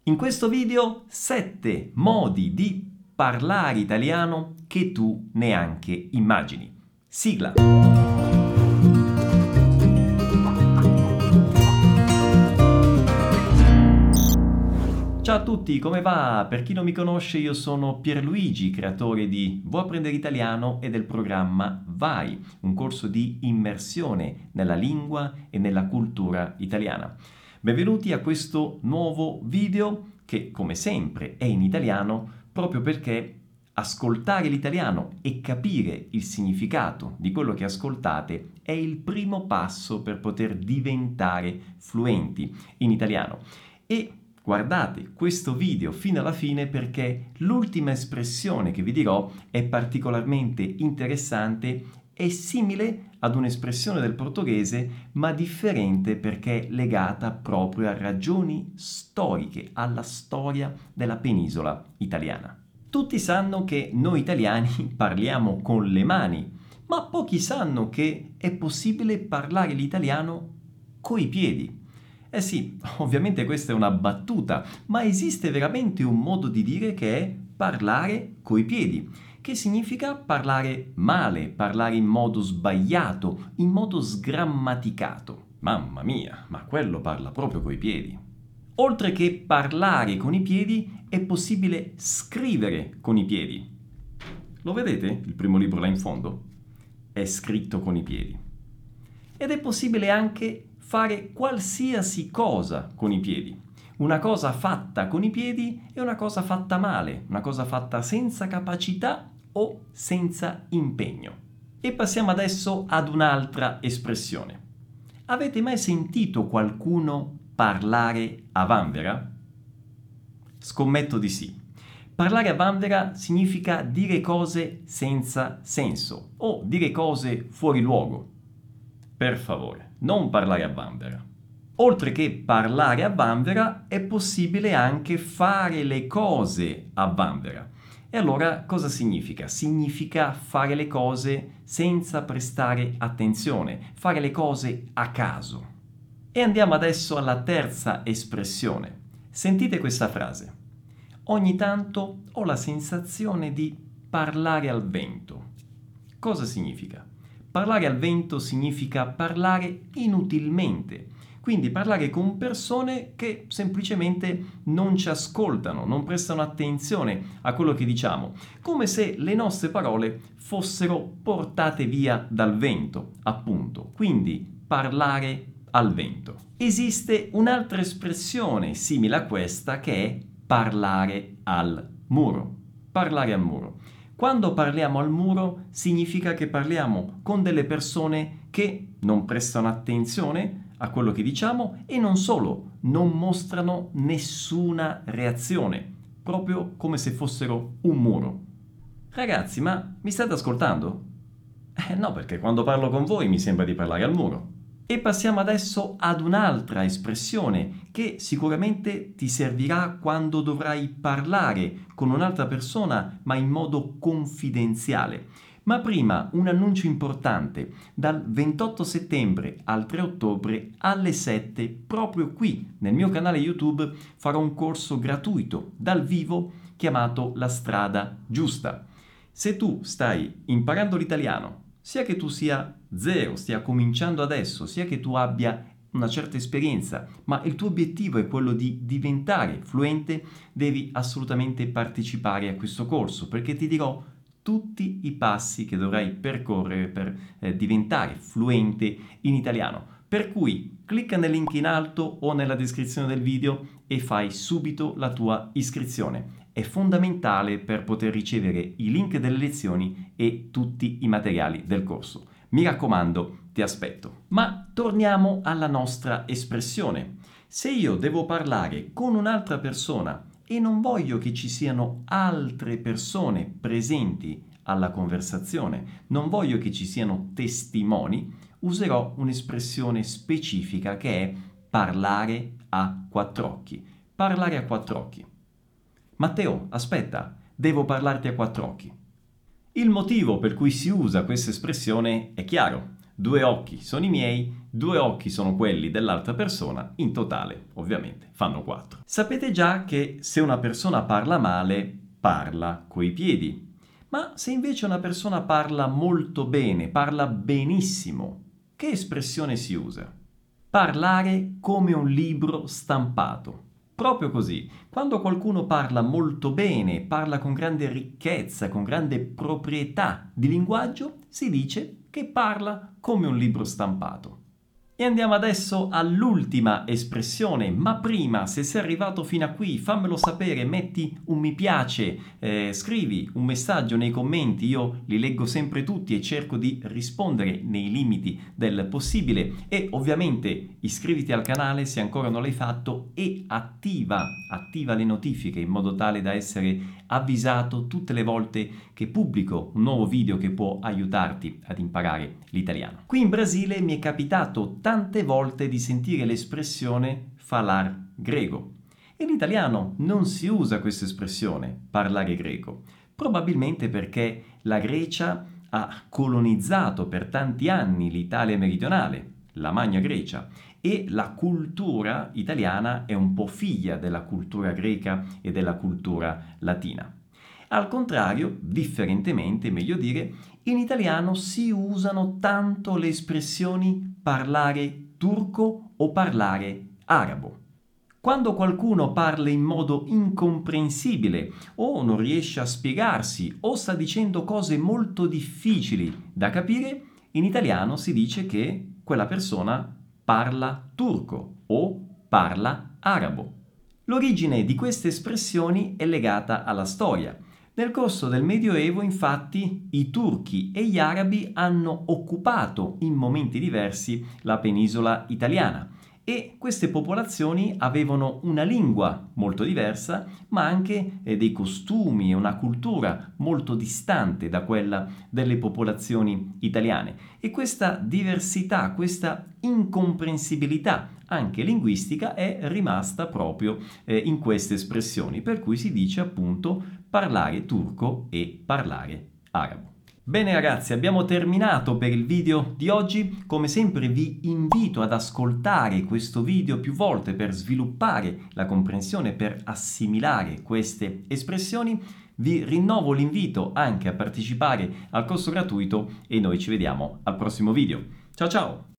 In questo video 7 modi di parlare italiano che tu neanche immagini. Sigla! Ciao a tutti, come va? Per chi non mi conosce, io sono Pierluigi, creatore di Vuoi apprendere italiano e del programma Vai, un corso di immersione nella lingua e nella cultura italiana. Benvenuti a questo nuovo video che, come sempre, è in italiano proprio perché ascoltare l'italiano e capire il significato di quello che ascoltate è il primo passo per poter diventare fluenti in italiano. E guardate questo video fino alla fine perché l'ultima espressione che vi dirò è particolarmente interessante, è simile ad un'espressione del portoghese, ma differente perché è legata proprio a ragioni storiche, alla storia della penisola italiana. Tutti sanno che noi italiani parliamo con le mani, ma pochi sanno che è possibile parlare l'italiano coi piedi. Eh sì, ovviamente questa è una battuta, ma esiste veramente un modo di dire che è parlare coi piedi, che significa parlare male, parlare in modo sbagliato, in modo sgrammaticato. Mamma mia, ma quello parla proprio coi piedi. Oltre che parlare con i piedi, è possibile scrivere con i piedi. Lo vedete? Il primo libro là in fondo? È scritto con i piedi. Ed è possibile anche fare qualsiasi cosa con i piedi. Una cosa fatta con i piedi è una cosa fatta male, una cosa fatta senza capacità o senza impegno. E passiamo adesso ad un'altra espressione. Avete mai sentito qualcuno parlare a vanvera? Scommetto di sì. Parlare a vanvera significa dire cose senza senso o dire cose fuori luogo. Per favore, non parlare a vanvera. Oltre che parlare a vanvera, è possibile anche fare le cose a vanvera. E allora cosa significa? Significa fare le cose senza prestare attenzione, fare le cose a caso. E andiamo adesso alla terza espressione. Sentite questa frase. Ogni tanto ho la sensazione di parlare al vento. Cosa significa? Parlare al vento significa parlare inutilmente, quindi parlare con persone che semplicemente non ci ascoltano, non prestano attenzione a quello che diciamo, come se le nostre parole fossero portate via dal vento, appunto, quindi parlare al vento. Esiste un'altra espressione simile a questa che è parlare al muro. Parlare al muro. Quando parliamo al muro significa che parliamo con delle persone che non prestano attenzione a quello che diciamo e non solo, non mostrano nessuna reazione, proprio come se fossero un muro. Ragazzi, ma mi state ascoltando? No, perché quando parlo con voi mi sembra di parlare al muro. E passiamo adesso ad un'altra espressione che sicuramente ti servirà quando dovrai parlare con un'altra persona, ma in modo confidenziale. Ma prima un annuncio importante. Dal 28 settembre al 3 ottobre alle 7, proprio qui nel mio canale YouTube, farò un corso gratuito dal vivo chiamato La strada giusta. Se tu stai imparando l'italiano, sia che tu sia zero, stia cominciando adesso, sia che tu abbia una certa esperienza, ma il tuo obiettivo è quello di diventare fluente, devi assolutamente partecipare a questo corso, perché ti dirò tutti i passi che dovrai percorrere per diventare fluente in italiano. Per cui clicca nel link in alto o nella descrizione del video e fai subito la tua iscrizione. È fondamentale per poter ricevere i link delle lezioni e tutti i materiali del corso. Mi raccomando, ti aspetto. Ma torniamo alla nostra espressione. Se io devo parlare con un'altra persona e non voglio che ci siano altre persone presenti alla conversazione, non voglio che ci siano testimoni, userò un'espressione specifica che è parlare a quattro occhi. Parlare a quattro occhi. Matteo, aspetta, devo parlarti a quattro occhi. Il motivo per cui si usa questa espressione è chiaro. 2 occhi sono i miei, 2 occhi sono quelli dell'altra persona, in totale, ovviamente, fanno 4. Sapete già che se una persona parla male, parla coi piedi. Ma se invece una persona parla molto bene, parla benissimo, che espressione si usa? Parlare come un libro stampato. Proprio così, quando qualcuno parla molto bene, parla con grande ricchezza, con grande proprietà di linguaggio, si dice che parla come un libro stampato. E andiamo adesso all'ultima espressione, ma prima, se sei arrivato fino a qui, fammelo sapere, metti un mi piace, scrivi un messaggio nei commenti, io li leggo sempre tutti e cerco di rispondere nei limiti del possibile e ovviamente iscriviti al canale se ancora non l'hai fatto e attiva le notifiche in modo tale da essere avvisato tutte le volte che pubblico un nuovo video che può aiutarti ad imparare l'italiano. Qui in Brasile mi è capitato tante volte di sentire l'espressione falar greco. In italiano non si usa questa espressione, parlare greco, probabilmente perché la Grecia ha colonizzato per tanti anni l'Italia meridionale, la Magna Grecia, e la cultura italiana è un po' figlia della cultura greca e della cultura latina. Al contrario, differentemente, meglio dire, in italiano si usano tanto le espressioni parlare turco o parlare arabo. Quando qualcuno parla in modo incomprensibile o non riesce a spiegarsi o sta dicendo cose molto difficili da capire, in italiano si dice che quella persona parla turco o parla arabo. L'origine di queste espressioni è legata alla storia. Nel corso del Medioevo, infatti, i turchi e gli arabi hanno occupato in momenti diversi la penisola italiana e queste popolazioni avevano una lingua molto diversa, ma anche dei costumi e una cultura molto distante da quella delle popolazioni italiane. E questa diversità, questa incomprensibilità anche linguistica è rimasta proprio in queste espressioni, per cui si dice appunto parlare turco e parlare arabo. Bene ragazzi, abbiamo terminato per il video di oggi. Come sempre vi invito ad ascoltare questo video più volte per sviluppare la comprensione, per assimilare queste espressioni. Vi rinnovo l'invito anche a partecipare al corso gratuito e noi ci vediamo al prossimo video. Ciao ciao!